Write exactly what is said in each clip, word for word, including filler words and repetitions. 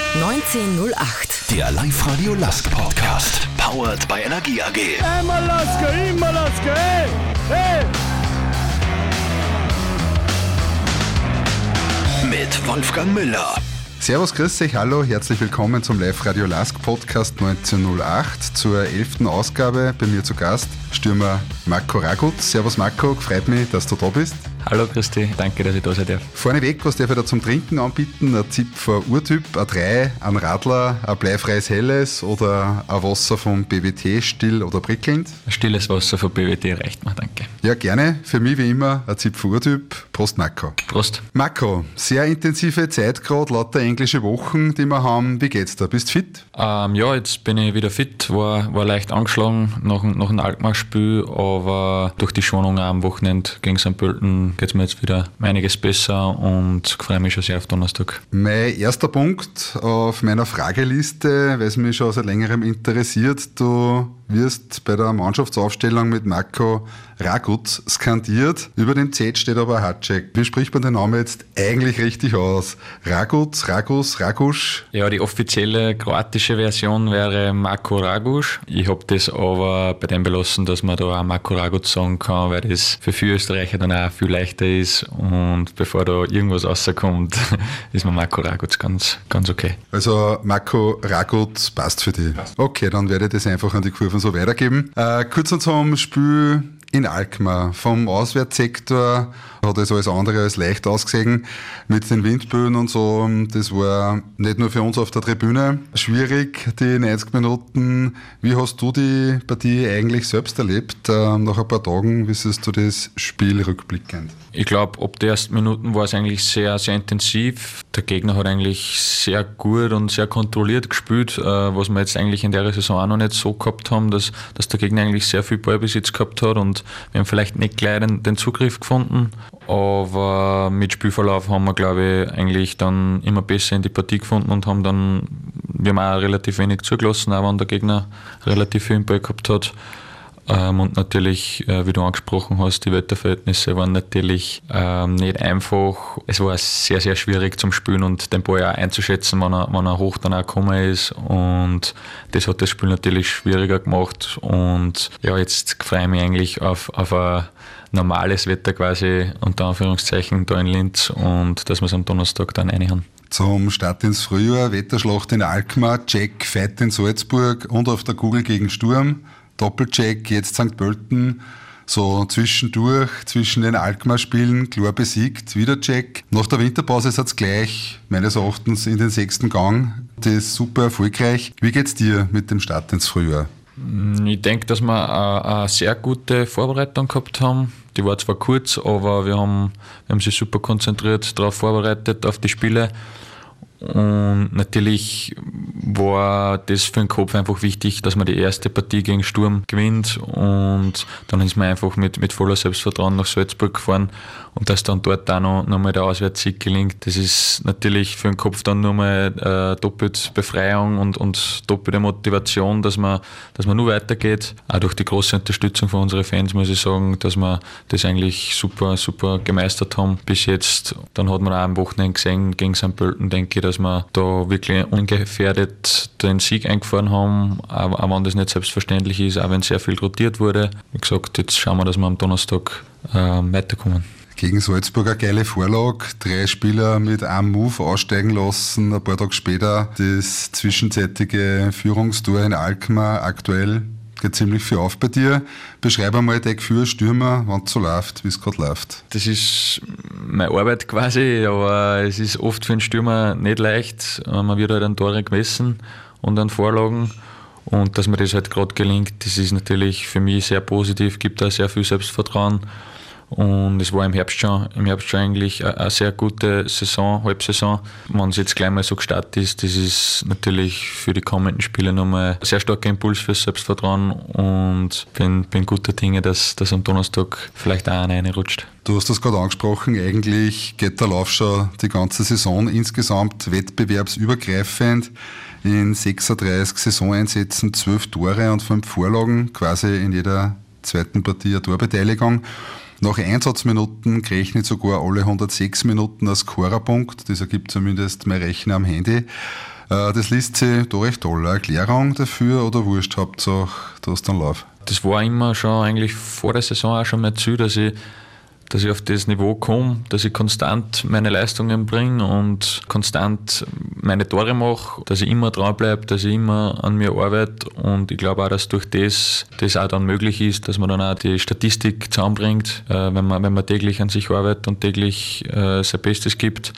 neunzehn null acht. Der Live-Radio Lask Podcast. Powered by Energie A G. Einmal Lask, immer Lask, hey! Hey! Mit Wolfgang Müller. Servus, grüß euch, hallo, herzlich willkommen zum Live-Radio Lask Podcast neunzehn null acht zur elften Ausgabe. Bei mir zu Gast Stürmer Marco Ragut. Servus Marco, freut mich, dass du da bist. Hallo Christi, danke, dass ich da sein darf. Vorneweg, was darf ich da zum Trinken anbieten? Ein Zipfer Urtyp, ein drei, ein Radler, ein bleifreies Helles oder ein Wasser vom B W T, still oder prickelnd? Ein stilles Wasser von B W T reicht mir, danke. Ja, gerne. Für mich wie immer ein Zipfer Urtyp. Prost Marco. Prost. Marco, sehr intensive Zeit gerade, lauter englische Wochen, die wir haben. Wie geht's da? Bist du fit? Ähm, ja, jetzt bin ich wieder fit, war, war leicht angeschlagen nach, nach einem Alkmaar-Spiel, aber durch die Schonung am Wochenende gegen Sankt Pölten geht es mir jetzt wieder einiges besser und freue mich schon sehr auf Donnerstag. Mein erster Punkt auf meiner Frageliste, weil es mich schon seit längerem interessiert, du wirst bei der Mannschaftsaufstellung mit Marco Ragut skandiert. Über dem Z steht aber ein Hatschek. Wie spricht man den Namen jetzt eigentlich richtig aus? Ragut, Ragus, Ragusch? Ja, die offizielle kroatische Version wäre Marko Raguš. Ich habe das aber bei dem belassen, dass man da auch Marko Ragut sagen kann, weil das für viele Österreicher dann auch viel leichter ist und bevor da irgendwas rauskommt, ist mir Marko Ragut ganz, ganz okay. Also Marko Ragut passt für dich? Okay, dann werde ich das einfach an die Kurven so weitergeben. Äh, kurz und zum Spiel in Alkmaar. Vom Auswärtssektor hat es alles andere als leicht ausgesehen mit den Windböen und so. Das war nicht nur für uns auf der Tribüne schwierig, die neunzig Minuten. Wie hast du die Partie eigentlich selbst erlebt? Äh, nach ein paar Tagen, wie siehst du das Spiel rückblickend? Ich glaube, ab den ersten Minuten war es eigentlich sehr, sehr intensiv. Der Gegner hat eigentlich sehr gut und sehr kontrolliert gespielt, äh, was wir jetzt eigentlich in der Saison auch noch nicht so gehabt haben, dass, dass der Gegner eigentlich sehr viel Ballbesitz gehabt hat und wir haben vielleicht nicht gleich den, den Zugriff gefunden, aber mit Spielverlauf haben wir, glaube ich, eigentlich dann immer besser in die Partie gefunden und haben dann, wir haben auch relativ wenig zugelassen, auch wenn der Gegner relativ viel im Ball gehabt hat. Ähm, und natürlich, äh, wie du angesprochen hast, die Wetterverhältnisse waren natürlich ähm, nicht einfach. Es war sehr, sehr schwierig zum Spielen und den Ball auch einzuschätzen, wenn er, wenn er hoch dann auch gekommen ist. Und das hat das Spiel natürlich schwieriger gemacht. Und ja, jetzt freue ich mich eigentlich auf, auf ein normales Wetter quasi, unter Anführungszeichen, da in Linz und dass wir es am Donnerstag dann reinhauen. Zum Start ins Frühjahr, Wetterschlacht in Alkmaar, Jack Fight in Salzburg und auf der Kugel gegen Sturm. Doppelcheck, jetzt Sankt Pölten, so zwischendurch, zwischen den Alkmaar-Spielen, klar besiegt, wieder Check. Nach der Winterpause ist es gleich, meines Erachtens, in den sechsten Gang. Das ist super erfolgreich. Wie geht's dir mit dem Start ins Frühjahr? Ich denke, dass wir eine sehr gute Vorbereitung gehabt haben. Die war zwar kurz, aber wir haben, wir haben sich super konzentriert darauf vorbereitet, auf die Spiele. Und natürlich war das für den Kopf einfach wichtig, dass man die erste Partie gegen Sturm gewinnt und dann ist man einfach mit, mit voller Selbstvertrauen nach Salzburg gefahren und dass dann dort auch noch, noch mal der Auswärtssieg gelingt, das ist natürlich für den Kopf dann nur mal äh, doppelt Befreiung und, und doppelte Motivation, dass man, dass man nur weitergeht. Auch durch die große Unterstützung von unseren Fans muss ich sagen, dass wir das eigentlich super, super gemeistert haben bis jetzt. Dann hat man auch am Wochenende gesehen gegen Sankt Pölten, denke ich, dass wir da wirklich ungefährdet den Sieg eingefahren haben, auch, auch wenn das nicht selbstverständlich ist, auch wenn sehr viel rotiert wurde. Wie gesagt, jetzt schauen wir, dass wir am Donnerstag äh, weiterkommen. Gegen Salzburg eine geile Vorlage, drei Spieler mit einem Move aussteigen lassen, ein paar Tage später das zwischenzeitige Führungstor in Alkmaar. Aktuell geht ziemlich viel auf bei dir. Beschreib einmal dein Gefühl als Stürmer, wenn es so läuft, wie es gerade läuft. Das ist meine Arbeit quasi, aber es ist oft für einen Stürmer nicht leicht. Man wird halt an Tore gemessen und an Vorlagen. Und dass mir das halt gerade gelingt, das ist natürlich für mich sehr positiv, gibt auch sehr viel Selbstvertrauen. Und es war im Herbst schon, im Herbst schon eigentlich eine sehr gute Saison, Halbsaison. Wenn es jetzt gleich mal so gestartet ist, das ist natürlich für die kommenden Spiele nochmal ein sehr starker Impuls fürs Selbstvertrauen und bin, bin guter Dinge, dass, dass am Donnerstag vielleicht auch einer reinrutscht. Du hast das gerade angesprochen, eigentlich geht der Lauf schon die ganze Saison insgesamt wettbewerbsübergreifend. In sechsunddreißig Saisoneinsätzen zwölf Tore und fünf Vorlagen, quasi in jeder zweiten Partie eine Torbeteiligung. Nach Einsatzminuten gerechnet sogar alle hundertsechs Minuten als Scorerpunkt. Das ergibt zumindest mein Rechner am Handy. Äh, das liest sich da recht toll. Eine Erklärung dafür oder wurscht, Hauptsache, du hast dann Lauf? Das war immer schon eigentlich vor der Saison auch schon mein Ziel, dass ich dass ich auf das Niveau komme, dass ich konstant meine Leistungen bringe und konstant meine Tore mache, dass ich immer dranbleibe, dass ich immer an mir arbeite und ich glaube auch, dass durch das das auch dann möglich ist, dass man dann auch die Statistik zusammenbringt, äh, wenn man, wenn man täglich an sich arbeitet und täglich äh, sein Bestes gibt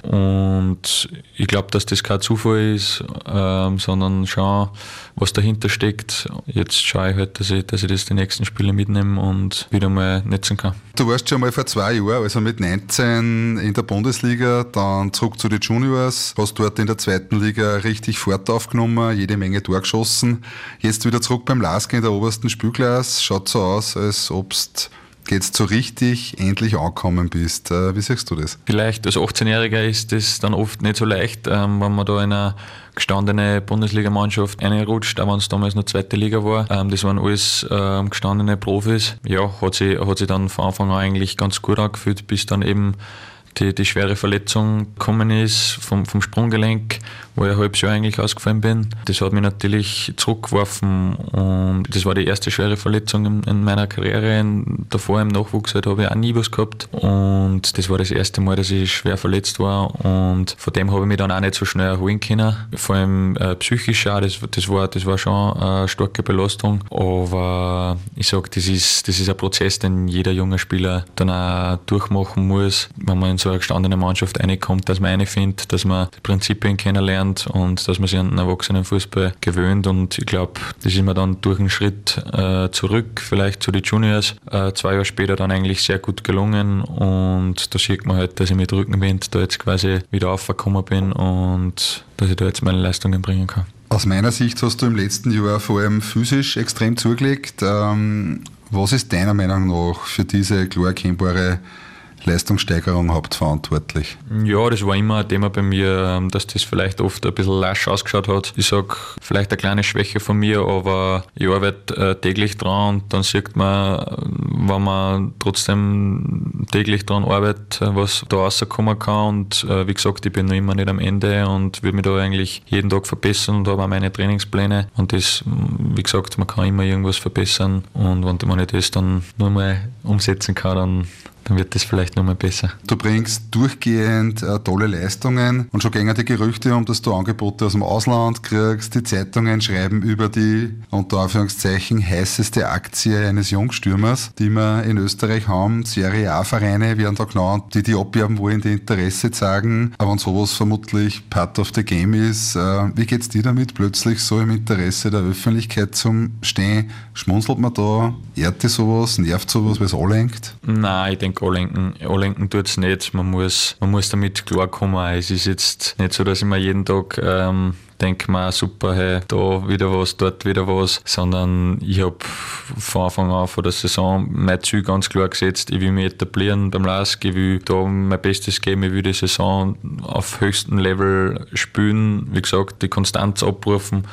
und ich glaube, dass das kein Zufall ist, äh, sondern schon was dahinter steckt. Jetzt schaue ich halt, dass ich, dass ich das die nächsten Spiele mitnehme und wieder mal nutzen kann. Du warst schon mal vor zwei Jahren, also mit neunzehn in der Bundesliga, dann zurück zu den Juniors, hast dort in der zweiten Liga richtig Fahrt aufgenommen, jede Menge Tor geschossen. Jetzt wieder zurück beim LASK in der obersten Spielklasse. Schaut so aus, als ob du jetzt so richtig endlich angekommen bist. Wie siehst du das? Vielleicht als achtzehnjähriger ist das dann oft nicht so leicht, ähm, wenn man da in eine gestandene Bundesligamannschaft reinrutscht, auch wenn es damals noch zweite Liga war. Ähm, das waren alles ähm, gestandene Profis. Ja, hat sich, hat sich dann von Anfang an eigentlich ganz gut angefühlt, bis dann eben die, die schwere Verletzung gekommen ist vom, vom Sprunggelenk, wo ich ein halbes Jahr eigentlich ausgefallen bin. Das hat mich natürlich zurückgeworfen und das war die erste schwere Verletzung in, in meiner Karriere. In, davor im Nachwuchs halt habe ich auch nie was gehabt und das war das erste Mal, dass ich schwer verletzt war und von dem habe ich mich dann auch nicht so schnell erholen können. Vor allem äh, psychisch auch, das, das, war, das war schon eine starke Belastung, aber ich sage, das ist, das ist ein Prozess, den jeder junge Spieler dann auch durchmachen muss, wenn man in so eine gestandene Mannschaft reinkommt, dass man reinfindet, dass man die Prinzipien kennenlernt und dass man sich an den Erwachsenenfußball gewöhnt und ich glaube, das ist mir dann durch einen Schritt äh, zurück, vielleicht zu den Juniors, äh, zwei Jahre später dann eigentlich sehr gut gelungen und da sieht man halt, dass ich mit Rückenwind da jetzt quasi wieder aufgekommen bin und dass ich da jetzt meine Leistungen bringen kann. Aus meiner Sicht hast du im letzten Jahr vor allem physisch extrem zugelegt. Ähm, was ist deiner Meinung nach für diese klar erkennbare Leistungssteigerung hauptverantwortlich? Ja, das war immer ein Thema bei mir, dass das vielleicht oft ein bisschen lasch ausgeschaut hat. Ich sage, vielleicht eine kleine Schwäche von mir, aber ich arbeite äh, täglich dran und dann sieht man, wenn man trotzdem täglich dran arbeitet, was da rauskommen kann und äh, wie gesagt, ich bin noch immer nicht am Ende und will mich da eigentlich jeden Tag verbessern und habe auch meine Trainingspläne und das, wie gesagt, man kann immer irgendwas verbessern und wenn man das dann nur mal umsetzen kann, dann dann wird das vielleicht noch mal besser. Du bringst durchgehend äh, tolle Leistungen und schon gehen die Gerüchte um, dass du Angebote aus dem Ausland kriegst. Die Zeitungen schreiben über die, unter Anführungszeichen, heißeste Aktie eines Jungstürmers, die wir in Österreich haben. Serie A-Vereine werden da genannt, die die abwerben wollen, die Interesse zeigen. Aber wenn sowas vermutlich part of the game ist, äh, wie geht's dir damit, plötzlich so im Interesse der Öffentlichkeit zum Stehen? Schmunzelt man da? Ehrt dich sowas? Nervt sowas, weil es anlenkt? Nein, ich denke, Anlenken, anlenken tut es nicht. Man muss, man muss damit klarkommen. Es ist jetzt nicht so, dass ich mir jeden Tag ähm, denke, man, super, hey, da wieder was, dort wieder was, sondern ich habe von Anfang an von der Saison mein Ziel ganz klar gesetzt. Ich will mich etablieren beim LASK, ich will da mein Bestes geben, ich will die Saison auf höchstem Level spielen, wie gesagt, die Konstanz abrufen.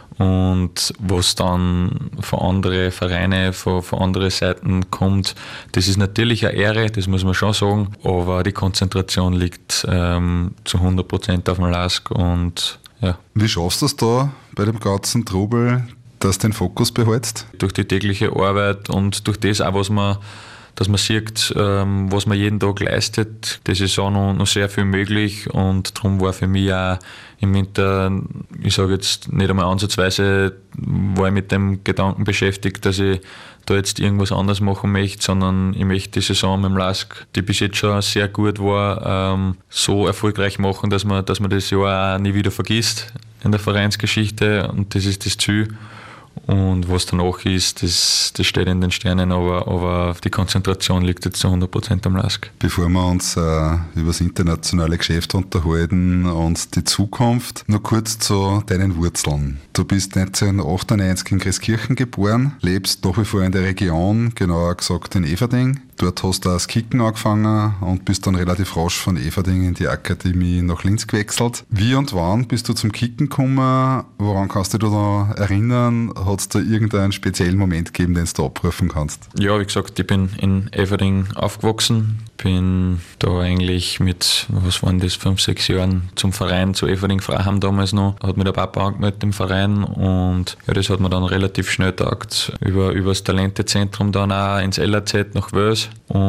Und was dann von anderen Vereinen, von, von anderen Seiten kommt, das ist natürlich eine Ehre, das muss man schon sagen, aber die Konzentration liegt ähm, zu hundert Prozent auf dem LASK und ja. Wie schaffst du es da bei dem ganzen Trubel, dass du den Fokus behältst? Durch die tägliche Arbeit und durch das auch, was man dass man sieht, ähm, was man jeden Tag leistet. Das ist auch noch, noch sehr viel möglich und darum war für mich auch im Winter, ich sage jetzt nicht einmal ansatzweise, war ich mit dem Gedanken beschäftigt, dass ich da jetzt irgendwas anderes machen möchte, sondern ich möchte die Saison mit dem LASK, die bis jetzt schon sehr gut war, ähm, so erfolgreich machen, dass man, dass man das Jahr auch nie wieder vergisst in der Vereinsgeschichte und das ist das Ziel. Und was danach ist, das, das steht in den Sternen, aber, aber die Konzentration liegt jetzt zu hundert Prozent am LASK. Bevor wir uns äh, über das internationale Geschäft unterhalten und die Zukunft, nur kurz zu deinen Wurzeln. Du bist neunzehnhundertachtundneunzig in Christkirchen geboren, lebst nach wie vor in der Region, genauer gesagt in Everding. Dort hast du auch das Kicken angefangen und bist dann relativ rasch von Eferding in die Akademie nach Linz gewechselt. Wie und wann bist du zum Kicken gekommen? Woran kannst du dich da erinnern? Hat es da irgendeinen speziellen Moment gegeben, den du abrufen kannst? Ja, wie gesagt, ich bin in Eferding aufgewachsen. Bin da eigentlich mit, was waren das, fünf, sechs Jahren zum Verein, zu Eferding Freiham damals noch. Hat mir der Papa angemeldet im Verein und ja, das hat mir dann relativ schnell getaugt. Über, über das Talentezentrum dann auch ins L A Z nach Wels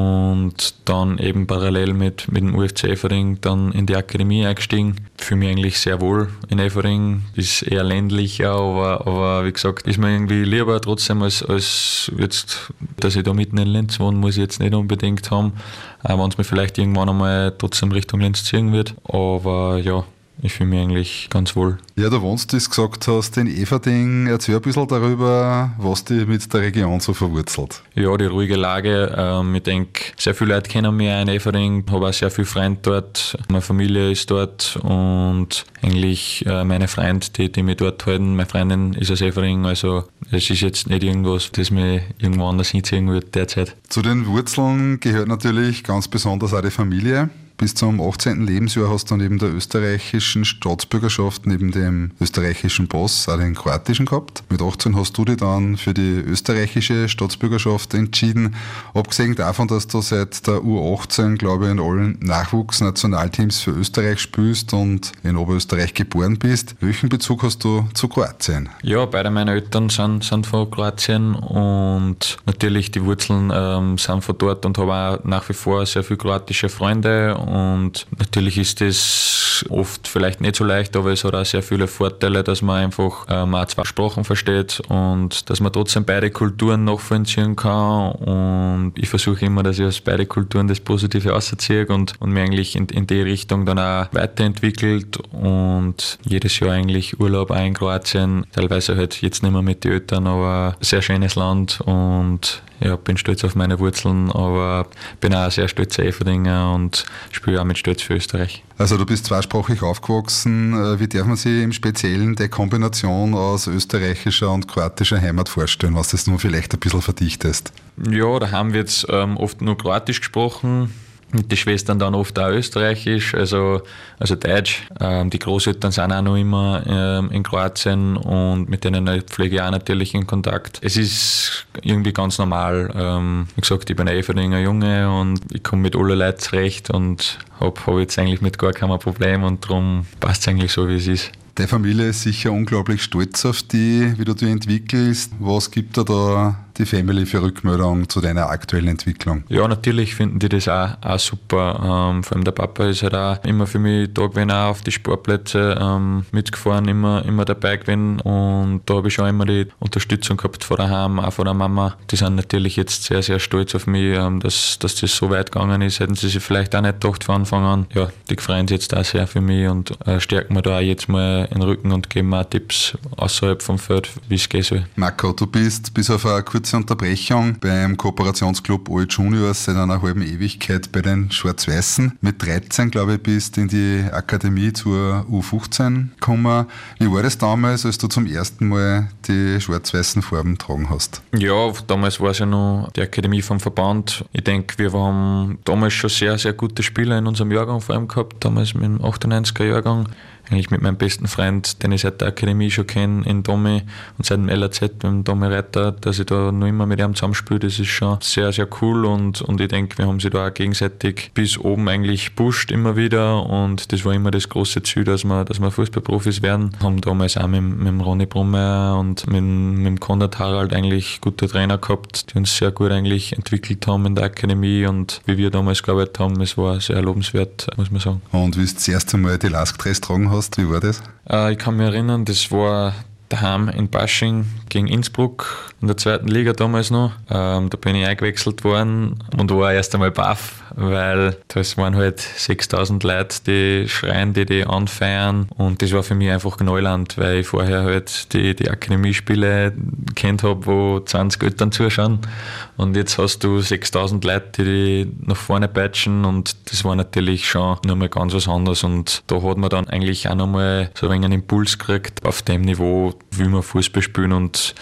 und dann eben parallel mit, mit dem U F C Eferding dann in die Akademie eingestiegen. Fühle mich eigentlich sehr wohl in Eferding. Ist eher ländlicher, aber, aber wie gesagt, ist mir irgendwie lieber trotzdem als, als jetzt, dass ich da mitten in Linz wohne, muss ich jetzt nicht unbedingt haben. Auch wenn es mir vielleicht irgendwann einmal trotzdem Richtung Linz ziehen wird. Aber ja, ich fühle mich eigentlich ganz wohl. Ja, du wohnst, wie du gesagt hast, in Eferding. Erzähl ein bisschen darüber, was dich mit der Region so verwurzelt. Ja, die ruhige Lage. Ähm, ich denke, sehr viele Leute kennen mich auch in Eferding. Ich habe auch sehr viele Freunde dort. Meine Familie ist dort und eigentlich äh, meine Freunde, die, die mich dort halten. Meine Freundin ist aus Eferding. Also es ist jetzt nicht irgendwas, das mich irgendwo anders hinziehen wird derzeit. Zu den Wurzeln gehört natürlich ganz besonders auch die Familie. Bis zum achtzehnten Lebensjahr hast du neben der österreichischen Staatsbürgerschaft, neben dem österreichischen Pass, auch den kroatischen gehabt. Mit achtzehn hast du dich dann für die österreichische Staatsbürgerschaft entschieden. Abgesehen davon, dass du seit der U achtzehn, glaube ich, in allen Nachwuchsnationalteams für Österreich spielst und in Oberösterreich geboren bist. Welchen Bezug hast du zu Kroatien? Ja, beide meine Eltern sind, sind von Kroatien und natürlich die Wurzeln ähm, sind von dort und habe auch nach wie vor sehr viele kroatische Freunde. Und natürlich ist das oft vielleicht nicht so leicht, aber es hat auch sehr viele Vorteile, dass man einfach ähm, auch zwei Sprachen versteht und dass man trotzdem beide Kulturen nachvollziehen kann. Und ich versuche immer, dass ich aus beide Kulturen das Positive rausziehe und, und mich eigentlich in, in die Richtung dann auch weiterentwickelt. Und jedes Jahr eigentlich Urlaub auch in Kroatien, teilweise halt jetzt nicht mehr mit den Eltern, aber sehr schönes Land und ja, bin stolz auf meine Wurzeln, aber bin auch sehr stolz auf Eferdinger und spiele auch mit Stolz für Österreich. Also du bist zweisprachig aufgewachsen. Wie darf man sich im Speziellen die Kombination aus österreichischer und kroatischer Heimat vorstellen, was das nur vielleicht ein bisschen verdichtest? Ja, da haben wir jetzt ähm, oft nur Kroatisch gesprochen. Mit den Schwestern dann oft auch Österreichisch, also, also Deutsch. Ähm, die Großeltern sind auch noch immer ähm, in Kroatien und mit denen pflege ich auch natürlich in Kontakt. Es ist irgendwie ganz normal. Ähm, wie gesagt, ich bin ein Eferdinger Junge und ich komme mit allen Leuten zurecht und habe hab jetzt eigentlich mit gar keinem Problem und darum passt es eigentlich so, wie es ist. Deine Familie ist sicher unglaublich stolz auf dich, wie du dich entwickelst. Was gibt dir da die Family für Rückmeldung zu deiner aktuellen Entwicklung? Ja, natürlich finden die das auch, auch super. Ähm, vor allem der Papa ist halt auch immer für mich da gewesen, auch auf die Sportplätze ähm, mitgefahren, immer, immer dabei gewesen. Und da habe ich schon immer die Unterstützung gehabt von daheim, auch von der Mama. Die sind natürlich jetzt sehr, sehr stolz auf mich, ähm, dass, dass das so weit gegangen ist. Hätten sie sich vielleicht auch nicht gedacht von Anfang an. Ja, die freuen sich jetzt auch sehr für mich und äh, stärken mir da auch jetzt mal in den Rücken und geben mir auch Tipps außerhalb vom Feld, wie es gehen soll. Marco, du bist bis auf eine kurze Unterbrechung beim Kooperationsclub Old Juniors seit einer halben Ewigkeit bei den Schwarz-Weißen. Mit dreizehn, glaube ich, bist du in die Akademie zur U fünfzehn gekommen. Wie war das damals, als du zum ersten Mal die schwarz-weißen Farben getragen hast? Ja, damals war es ja noch die Akademie vom Verband. Ich denke, wir haben damals schon sehr, sehr gute Spieler in unserem Jahrgang vor allem gehabt, damals mit dem achtundneunziger Jahrgang. Eigentlich mit meinem besten Freund, den ich seit der Akademie schon kenne, in Domi und seit dem L A Z, mit dem Domi Reiter, dass ich da noch immer mit ihm zusammenspiele, das ist schon sehr, sehr cool und, und ich denke, wir haben sie da auch gegenseitig bis oben eigentlich pusht immer wieder und das war immer das große Ziel, dass wir, dass wir Fußballprofis werden. Wir haben damals auch mit, mit dem Ronny Brummer und mit, mit dem Konrad Harald eigentlich gute Trainer gehabt, die uns sehr gut eigentlich entwickelt haben in der Akademie und wie wir damals gearbeitet haben, es war sehr lobenswert, muss man sagen. Und wie du das erste Mal die Lask-Dress tragen hast, wie war das? Äh, ich kann mich erinnern, das war daheim in Basching gegen Innsbruck in der zweiten Liga damals noch. Ähm, da bin ich eingewechselt worden und war erst einmal baff, weil das waren halt sechstausend Leute, die schreien, die die anfeiern und das war für mich einfach Neuland, weil ich vorher halt die, die Akademiespiele kennt habe, wo zwanzig Eltern zuschauen und jetzt hast du sechstausend Leute, die, die nach vorne peitschen und das war natürlich schon nochmal ganz was anderes und da hat man dann eigentlich auch nochmal so ein wenig einen Impuls gekriegt auf dem Niveau, wie wir Fußball spielen und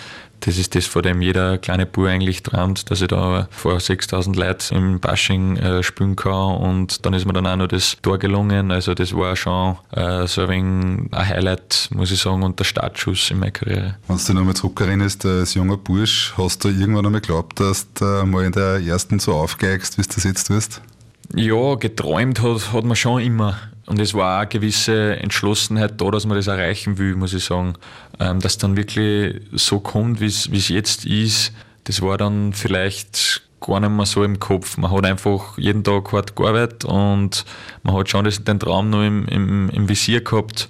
das ist das, vor dem jeder kleine Bub eigentlich träumt, dass ich da vor sechstausend Leuten im Bashing äh, spielen kann und dann ist mir dann auch noch das Tor gelungen, also das war schon äh, so ein wenig ein Highlight, muss ich sagen, und der Startschuss in meiner Karriere. Wenn du dich nochmal zurückerinnerst, als junger Bursch, hast du irgendwann einmal geglaubt, dass du mal in der ersten so aufgeigst, wie du das jetzt tust? Ja, geträumt hat, hat man schon immer. Und es war auch eine gewisse Entschlossenheit da, dass man das erreichen will, muss ich sagen. Ähm, dass dann wirklich so kommt, wie es jetzt ist, das war dann vielleicht gar nicht mehr so im Kopf. Man hat einfach jeden Tag hart gearbeitet und man hat schon das, den Traum noch im, im, im Visier gehabt.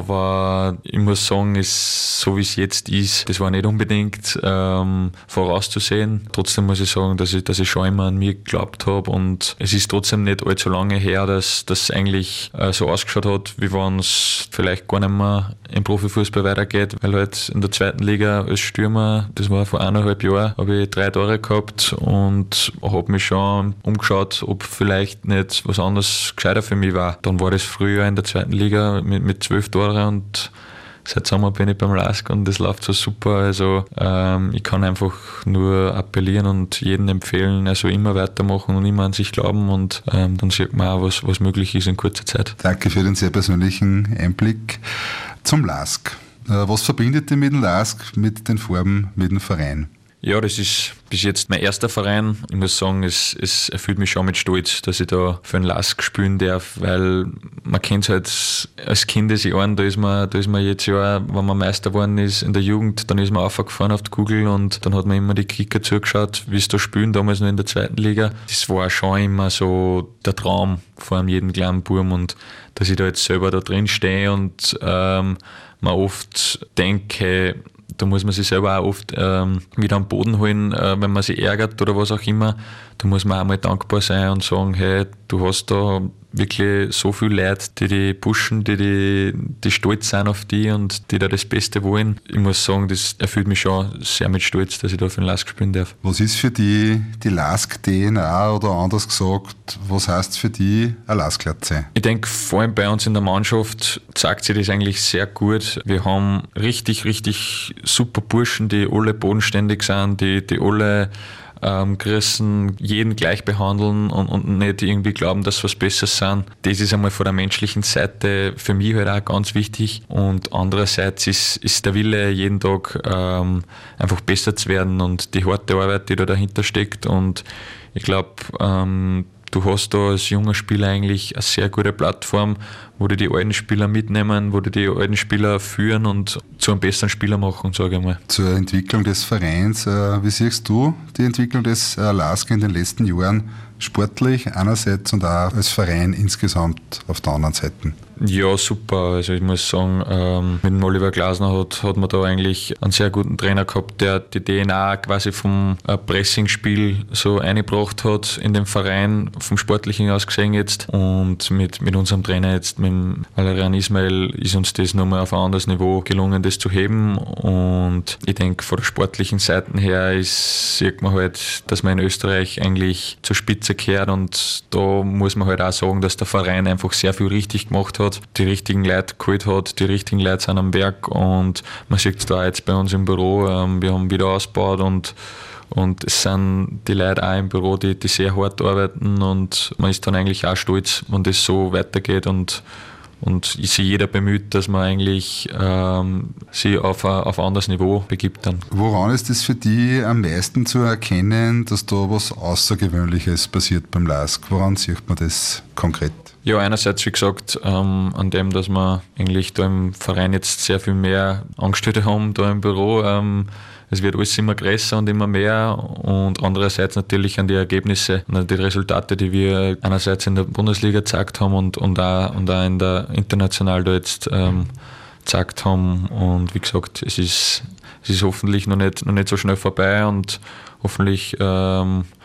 Aber ich muss sagen, ist, so wie es jetzt ist, das war nicht unbedingt ähm, vorauszusehen. Trotzdem muss ich sagen, dass ich, dass ich schon immer an mich geglaubt habe und es ist trotzdem nicht allzu lange her, dass das eigentlich äh, so ausgeschaut hat, wie wenn es vielleicht gar nicht mehr im Profifußball weitergeht, weil halt in der zweiten Liga als Stürmer, das war vor eineinhalb Jahren, habe ich drei Tore gehabt und und habe mich schon umgeschaut, ob vielleicht nicht was anderes gescheiter für mich war. Dann war das früher in der zweiten Liga mit, mit zwölf Tore und seit Sommer bin ich beim LASK und das läuft so super. Also ähm, ich kann einfach nur appellieren und jedem empfehlen, also immer weitermachen und immer an sich glauben und ähm, dann sieht man auch, was, was möglich ist in kurzer Zeit. Danke für den sehr persönlichen Einblick zum LASK. Äh, was verbindet dich mit dem LASK, mit den Farben, mit dem Verein? Ja, das ist bis jetzt mein erster Verein. Ich muss sagen, es, es erfüllt mich schon mit Stolz, dass ich da für den LASK spielen darf, weil man kennt es halt als Kindesjahren, da ist man, da ist man jetzt ja, wenn man Meister geworden ist in der Jugend, dann ist man aufgefahren auf die Kugel und dann hat man immer die Kicker zugeschaut, wie es da spielen, damals noch in der zweiten Liga. Das war schon immer so der Traum vor einem jeden kleinen Burm und dass ich da jetzt selber da drin stehe und ähm, man oft denke, da muss man sich selber auch oft ähm, wieder am Boden holen, äh, wenn man sich ärgert oder was auch immer. Da muss man auch mal dankbar sein und sagen, hey, du hast da wirklich so viele Leute, die dich pushen, die, die, die stolz sind auf dich und die da das Beste wollen. Ich muss sagen, das erfüllt mich schon sehr mit Stolz, dass ich da für den LASK spielen darf. Was ist für dich die LASK-D N A oder anders gesagt, was heißt für dich ein LASKler zu sein? Ich denke, vor allem bei uns in der Mannschaft zeigt sich das eigentlich sehr gut. Wir haben richtig, richtig super Burschen, die alle bodenständig sind, die, die alle ähm, gerissen, jeden gleich behandeln und, und nicht irgendwie glauben, dass sie was Besseres sind. Das ist einmal von der menschlichen Seite für mich halt auch ganz wichtig. Und andererseits ist, ist der Wille, jeden Tag ähm, einfach besser zu werden und die harte Arbeit, die da dahinter steckt. Und ich glaube, ähm, du hast da als junger Spieler eigentlich eine sehr gute Plattform, wo die die alten Spieler mitnehmen, wo die die alten Spieler führen und zu einem besseren Spieler machen, sage ich mal. Zur Entwicklung des Vereins, äh, wie siehst du die Entwicklung des äh, LASK in den letzten Jahren sportlich einerseits und auch als Verein insgesamt auf der anderen Seite? Ja, super. Also ich muss sagen, ähm, mit dem Oliver Glasner hat, hat man da eigentlich einen sehr guten Trainer gehabt, der die D N A quasi vom äh, Pressingspiel so eingebracht hat in den Verein, vom Sportlichen aus gesehen jetzt. Und mit, mit unserem Trainer jetzt, mit dem Valerian Ismail, ist uns das nochmal auf ein anderes Niveau gelungen, das zu heben. Und ich denke, von der sportlichen Seite her ist, sieht man halt, dass man in Österreich eigentlich zur Spitze gehört. Und da muss man halt auch sagen, dass der Verein einfach sehr viel richtig gemacht hat, die richtigen Leute geholt hat, die richtigen Leute sind am Werk und man sieht es da jetzt bei uns im Büro, ähm, wir haben wieder ausgebaut und, und es sind die Leute auch im Büro, die, die sehr hart arbeiten und man ist dann eigentlich auch stolz, wenn das so weitergeht und Und sich jeder bemüht, dass man eigentlich ähm, sich auf ein, auf ein anderes Niveau begibt dann. Woran ist es für dich am meisten zu erkennen, dass da was Außergewöhnliches passiert beim LASK? Woran sieht man das konkret? Ja, einerseits, wie gesagt, ähm, an dem, dass wir eigentlich da im Verein jetzt sehr viel mehr Angestellte haben, da im Büro. Ähm, es wird alles immer größer und immer mehr und andererseits natürlich an die Ergebnisse und die Resultate, die wir einerseits in der Bundesliga gezeigt haben und, und, auch, und auch in der international da jetzt ähm, gezeigt haben. Und wie gesagt, es ist, es ist hoffentlich noch nicht, noch nicht so schnell vorbei und hoffentlich ähm,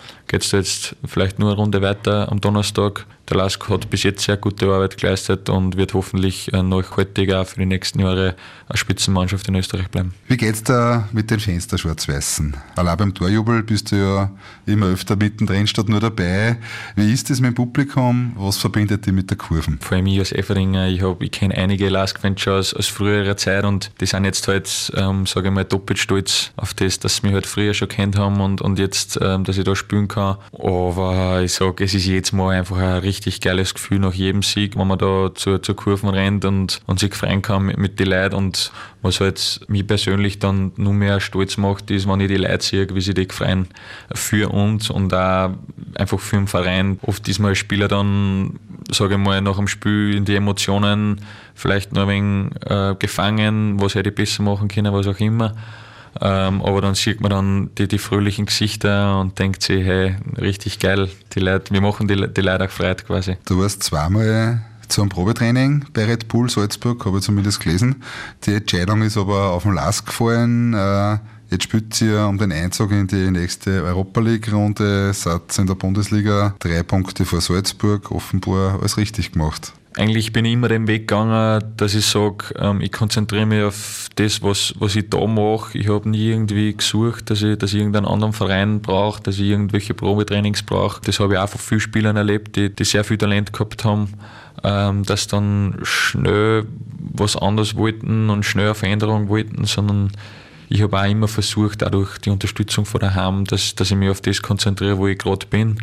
geht es da jetzt vielleicht nur eine Runde weiter am Donnerstag. Der Lask hat bis jetzt sehr gute Arbeit geleistet und wird hoffentlich äh, nachhaltig auch für die nächsten Jahre eine Spitzenmannschaft in Österreich bleiben. Wie geht's da mit den Fans der Schwarz-Weißen? Allein beim Torjubel bist du ja immer öfter mittendrin statt nur dabei. Wie ist das mit dem Publikum? Was verbindet dich mit der Kurven? Vor allem ich als Everinger, ich, ich kenne einige Lask-Fans schon aus, aus früherer Zeit und die sind jetzt halt, ähm, sage ich mal, doppelt stolz auf das, dass sie mich halt früher schon kennt haben und, und jetzt, ähm, dass ich da spielen kann. Aber ich sage, es ist jedes Mal einfach ein richtig geiles Gefühl nach jedem Sieg, wenn man da zur, zur Kurven rennt und, und sich freuen kann mit, mit den Leuten. Und was halt mich persönlich dann nur mehr stolz macht, ist, wenn ich die Leute sehe, wie sie die freuen für uns und auch einfach für den Verein. Oft ist man als Spieler dann, sage ich mal, nach dem Spiel in die Emotionen vielleicht noch ein wenig äh, gefangen, was hätte ich besser machen können, was auch immer. Ähm, aber dann sieht man dann die, die fröhlichen Gesichter und denkt sich, hey, richtig geil, die Leute, wir machen die, die Leute auch gefreut quasi. Du warst zweimal zu einem Probetraining bei Red Bull Salzburg, habe ich zumindest gelesen. Die Entscheidung ist aber auf den Lask gefallen. Äh, jetzt spielt sie ja um den Einzug in die nächste Europa League-Runde, seid in der Bundesliga drei Punkte vor Salzburg, offenbar alles richtig gemacht. Eigentlich bin ich immer den Weg gegangen, dass ich sage, ähm, ich konzentriere mich auf das, was, was ich da mache. Ich habe nie irgendwie gesucht, dass ich, dass ich irgendeinen anderen Verein brauche, dass ich irgendwelche Probetrainings brauche. Das habe ich auch von vielen Spielern erlebt, die, die sehr viel Talent gehabt haben, ähm, dass dann schnell was anderes wollten und schnell eine Veränderung wollten, sondern ich habe auch immer versucht, auch durch die Unterstützung von daheim, dass, dass ich mich auf das konzentriere, wo ich gerade bin.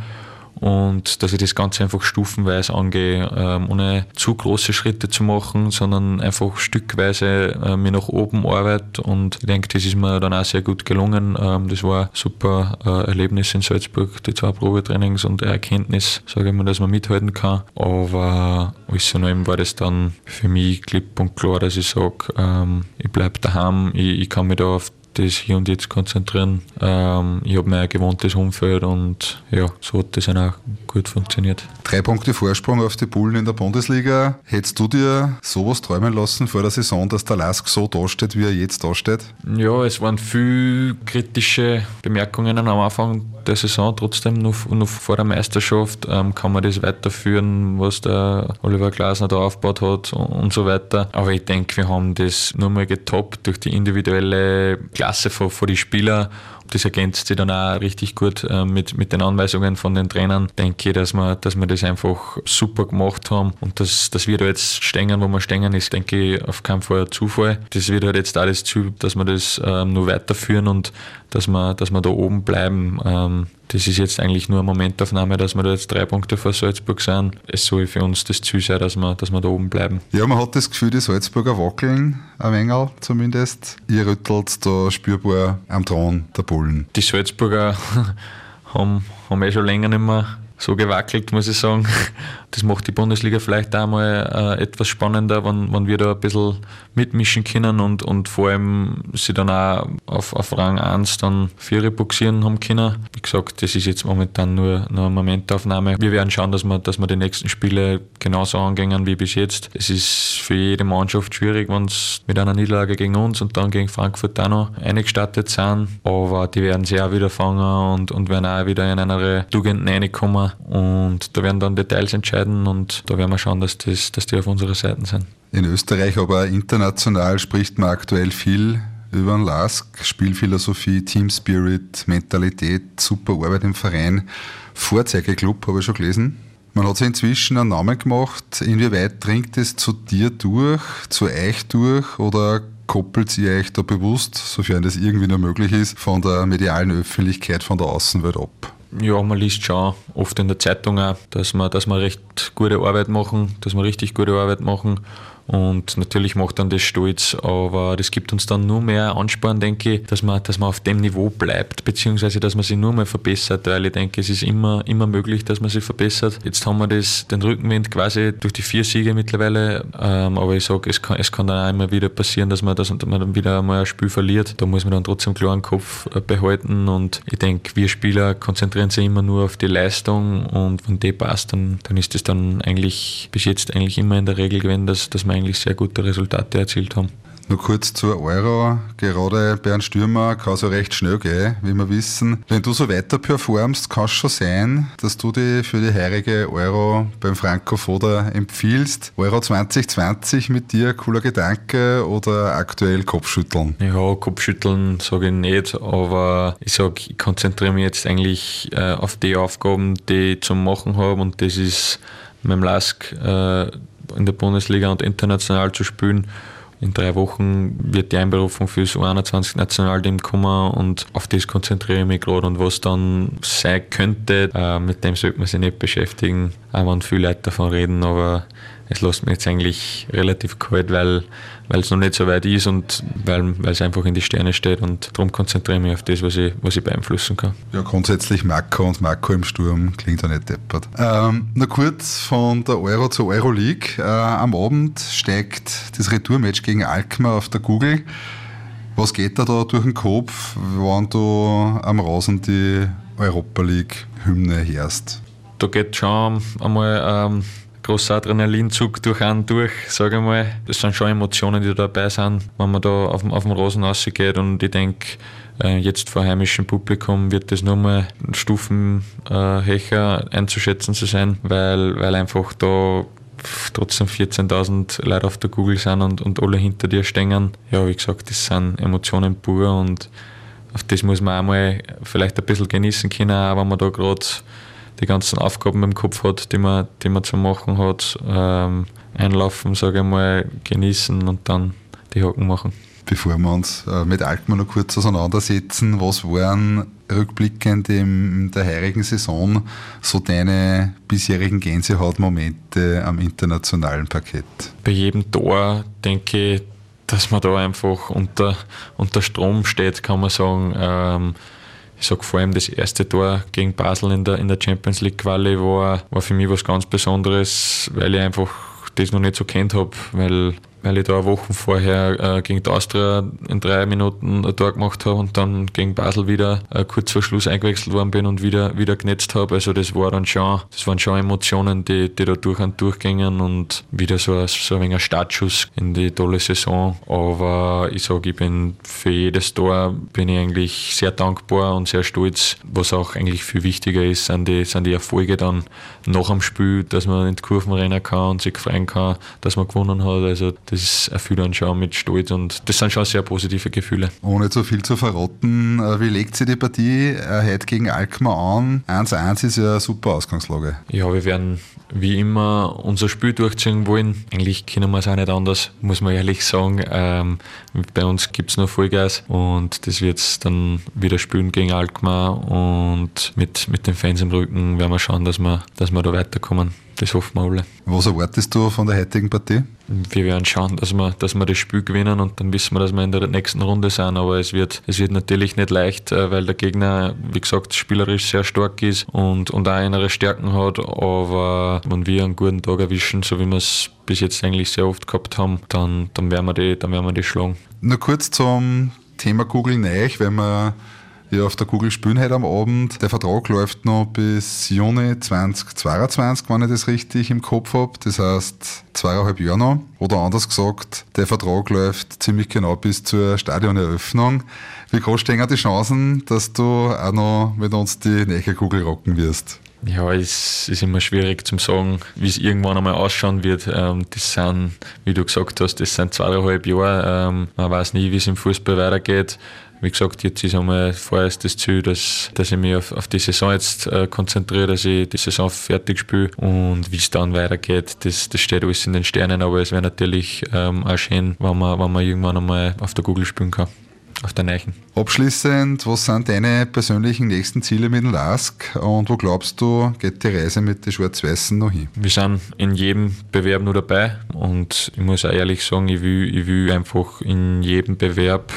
Und dass ich das Ganze einfach stufenweise angehe, ähm, ohne zu große Schritte zu machen, sondern einfach stückweise äh, mir nach oben arbeite. Und ich denke, das ist mir dann auch sehr gut gelungen. Ähm, das war ein super äh, Erlebnis in Salzburg, die zwei Probetrainings und eine Erkenntnis, sage ich mal, dass man mithalten kann. Aber alles in allem war das dann für mich klipp und klar, dass ich sage, ähm, ich bleibe daheim, ich, ich kann mich da auf das hier und jetzt konzentrieren. Ähm, ich habe mein gewohntes Umfeld und ja, so hat das dann auch gut funktioniert. Drei Punkte Vorsprung auf die Bullen in der Bundesliga. Hättest du dir sowas träumen lassen vor der Saison, dass der Lask so dasteht, wie er jetzt dasteht? Ja, es waren viele kritische Bemerkungen am Anfang der Saison. Trotzdem noch, noch vor der Meisterschaft ähm, kann man das weiterführen, was der Oliver Glasner da aufgebaut hat und, und so weiter. Aber ich denke, wir haben das nur mal getoppt durch die individuelle Klasse von, von den Spielern. Das ergänzt sich dann auch richtig gut äh, mit, mit den Anweisungen von den Trainern. Denke ich, dass wir, dass wir das einfach super gemacht haben und dass, dass wir da jetzt stehen, wo wir stehen, ist, denke ich, auf keinen Fall ein Zufall. Das wird halt jetzt auch das Ziel, dass wir das ähm, nur weiterführen und dass wir, dass wir da oben bleiben. Ähm, das ist jetzt eigentlich nur eine Momentaufnahme, dass wir da jetzt drei Punkte vor Salzburg sind. Es soll für uns das Ziel sein, dass wir, dass wir da oben bleiben. Ja, man hat das Gefühl, die Salzburger wackeln ein wenig zumindest. Ihr rüttelt da spürbar am Thron der Bullen. Die Salzburger haben, haben eh schon länger nicht mehr so gewackelt, muss ich sagen. Das macht die Bundesliga vielleicht auch mal äh, etwas spannender, wenn, wenn wir da ein bisschen mitmischen können und, und vor allem sie dann auch auf, auf Rang eins dann Viere boxieren haben können. Wie gesagt, das ist jetzt momentan nur, nur eine Momentaufnahme. Wir werden schauen, dass wir, dass wir die nächsten Spiele genauso angehen wie bis jetzt. Es ist für jede Mannschaft schwierig, wenn sie mit einer Niederlage gegen uns und dann gegen Frankfurt auch noch eingestartet sind. Aber die werden sich auch wieder fangen und, und werden auch wieder in eine Tugenden reinkommen. Und da werden dann Details entscheiden und da werden wir schauen, dass, das, dass die auf unserer Seite sind. In Österreich, aber auch international spricht man aktuell viel über den Lask. Spielphilosophie, Team Spirit, Mentalität, super Arbeit im Verein. Vorzeigeklub, habe ich schon gelesen. Man hat sich inzwischen einen Namen gemacht. Inwieweit dringt es zu dir durch, zu euch durch oder koppelt ihr euch da bewusst, sofern das irgendwie noch möglich ist, von der medialen Öffentlichkeit, von der Außenwelt ab? Ja, man liest schon oft in der Zeitung auch, dass wir, dass wir recht gute Arbeit machen, dass wir richtig gute Arbeit machen. Und natürlich macht dann das stolz, aber das gibt uns dann nur mehr Ansporn, denke ich, dass man, dass man auf dem Niveau bleibt, beziehungsweise dass man sich nur mehr verbessert, weil ich denke, es ist immer, immer möglich, dass man sich verbessert. Jetzt haben wir das, den Rückenwind quasi durch die vier Siege mittlerweile, ähm, aber ich sage, es kann, es kann dann auch immer wieder passieren, dass man, dass man dann wieder mal ein Spiel verliert. Da muss man dann trotzdem klar den Kopf behalten und ich denke, wir Spieler konzentrieren sich immer nur auf die Leistung und wenn die passt, dann, dann ist das dann eigentlich bis jetzt eigentlich immer in der Regel gewesen, dass, dass man eigentlich sehr gute Resultate erzielt haben. Nur kurz zur Euro. Gerade bei einem Stürmer kann es ja recht schnell gehen, wie wir wissen. Wenn du so weiter performst, kann es schon sein, dass du dich für die heurige Euro beim Franco Foda empfiehlst. Euro zwanzig zwanzig mit dir, cooler Gedanke oder aktuell Kopfschütteln? Ja, Kopfschütteln sage ich nicht, aber ich sage, ich konzentriere mich jetzt eigentlich äh, auf die Aufgaben, die ich zum Machen habe, und das ist mit dem Lask äh, in der Bundesliga und international zu spielen. In drei Wochen wird die Einberufung für das U einundzwanzig Nationalteam kommen und auf das konzentriere ich mich gerade. Und was dann sein könnte, äh, mit dem sollte man sich nicht beschäftigen, auch wenn viele Leute davon reden, aber es lässt mich jetzt eigentlich relativ kalt, weil weil es noch nicht so weit ist und weil, weil es einfach in die Sterne steht, und darum konzentriere ich mich auf das, was ich, was ich beeinflussen kann. Ja, grundsätzlich Marco und Marco im Sturm klingt ja nicht deppert. Ähm, nur kurz von der Euro zur Euroleague. Äh, am Abend steigt das Retourmatch gegen Alkmaar auf der Google. Was geht da, da durch den Kopf, wenn du am Rasen die Europa League-Hymne hörst? Da geht schon einmal ähm, großer Adrenalinzug durch einen durch, sage ich mal. Das sind schon Emotionen, die da dabei sind, wenn man da auf dem, auf dem Rasen rausgeht, und ich denke, äh, jetzt vor heimischem Publikum wird das nochmal Stufen äh, höher einzuschätzen zu sein, weil, weil einfach da trotzdem vierzehntausend Leute auf der Google sind und, und alle hinter dir stehen. Ja, wie gesagt, das sind Emotionen pur, und auf das muss man auch mal vielleicht ein bisschen genießen können, auch wenn man da gerade die ganzen Aufgaben im Kopf hat, die man, die man zu machen hat, ähm, einlaufen, sage ich mal, genießen und dann die Haken machen. Bevor wir uns äh, mit Alkmaar noch kurz auseinandersetzen, was waren rückblickend in der heurigen Saison so deine bisherigen Gänsehautmomente am internationalen Parkett? Bei jedem Tor denke ich, dass man da einfach unter, unter Strom steht, kann man sagen. Ähm, Ich sage vor allem, das erste Tor gegen Basel in der, in der Champions League Quali war, war für mich was ganz Besonderes, weil ich einfach das noch nicht so kennt habe, weil, weil ich da Wochen vorher äh, gegen die Austria in drei Minuten ein Tor gemacht habe und dann gegen Basel wieder äh, kurz vor Schluss eingewechselt worden bin und wieder, wieder genetzt habe. Also das war dann schon, das waren schon Emotionen, die, die da durch und durchgingen, und wieder so, so ein wenig ein Startschuss in die tolle Saison. Aber ich sage, ich bin für jedes Tor bin ich eigentlich sehr dankbar und sehr stolz. Was auch eigentlich viel wichtiger ist, sind die, sind die Erfolge dann nach dem Spiel, dass man in die Kurven rennen kann und sich freuen kann, dass man gewonnen hat. Also das erfüllt einen schon mit Stolz, und das sind schon sehr positive Gefühle. Ohne zu viel zu verraten, wie legt sich die Partie heute gegen Alkmaar an? eins eins ist ja eine super Ausgangslage. Ja, wir werden wie immer unser Spiel durchziehen wollen. Eigentlich können wir es auch nicht anders, muss man ehrlich sagen. Ähm, bei uns gibt es nur Vollgas, und das wird es dann wieder spielen gegen Alkmaar, und mit, mit den Fans im Rücken werden wir schauen, dass wir, dass wir da weiterkommen. Das hoffen wir alle. Was erwartest du von der heutigen Partie? Wir werden schauen, dass wir, dass wir das Spiel gewinnen, und dann wissen wir, dass wir in der nächsten Runde sind. Aber es wird, es wird natürlich nicht leicht, weil der Gegner, wie gesagt, spielerisch sehr stark ist und, und auch innere Stärken hat. Aber wenn wir einen guten Tag erwischen, so wie wir es bis jetzt eigentlich sehr oft gehabt haben, dann, dann, werden, wir die, dann werden wir die schlagen. Nur kurz zum Thema Google Neich, weil wir ja auf der Google spielen heute am Abend. Der Vertrag läuft noch bis Juni zwanzig zweiundzwanzig, wenn ich das richtig im Kopf habe. Das heißt zweieinhalb Jahre noch. Oder anders gesagt, der Vertrag läuft ziemlich genau bis zur Stadioneröffnung. Wie groß stehen die Chancen, dass du auch noch mit uns die nächste Kugel rocken wirst? Ja, es ist immer schwierig zu sagen, wie es irgendwann einmal ausschauen wird. Das sind, wie du gesagt hast, das sind zweieinhalb Jahre. Man weiß nie, wie es im Fußball weitergeht. Wie gesagt, jetzt ist einmal vorerst das Ziel, dass, dass ich mich auf, auf die Saison jetzt äh, konzentriere, dass ich die Saison fertig spiele, und wie es dann weitergeht, das, das steht alles in den Sternen, aber es wäre natürlich ähm, auch schön, wenn man, wenn man irgendwann einmal auf der Google spielen kann, auf der Neichen. Abschließend, was sind deine persönlichen nächsten Ziele mit dem Lask, und wo glaubst du, geht die Reise mit den Schwarz-Weißen noch hin? Wir sind in jedem Bewerb nur dabei, und ich muss auch ehrlich sagen, ich will, ich will einfach in jedem Bewerb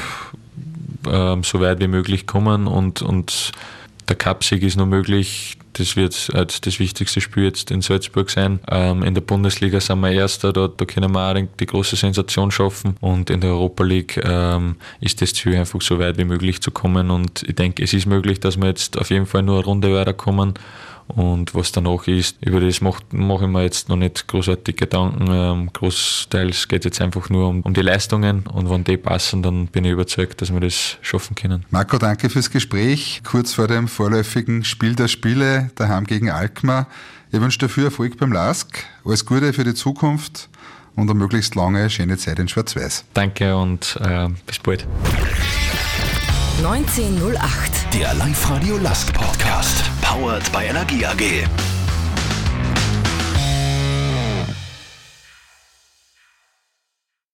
ähm, so weit wie möglich kommen, und, und der Cupsieg ist noch möglich. Das wird halt das wichtigste Spiel jetzt in Salzburg sein. Ähm, in der Bundesliga sind wir Erster, da, da können wir auch die, die große Sensation schaffen, und in der Europa League ähm, ist das Ziel, einfach so weit wie möglich zu kommen, und ich denke, es ist möglich, dass wir jetzt auf jeden Fall nur eine Runde weiterkommen, Und was danach ist, über das mache mach ich mir jetzt noch nicht großartig Gedanken. Ähm, großteils geht es jetzt einfach nur um, um die Leistungen und wenn die passen, dann bin ich überzeugt, dass wir das schaffen können. Marco, danke fürs Gespräch. Kurz vor dem vorläufigen Spiel der Spiele, daheim gegen Alkmaar. Ich wünsche dir viel Erfolg beim L A S K, alles Gute für die Zukunft und eine möglichst lange, schöne Zeit in Schwarz-Weiß. Danke und äh, bis bald. neunzehn null acht. Der Live-Radio Lask Podcast. Powered by Energie A G.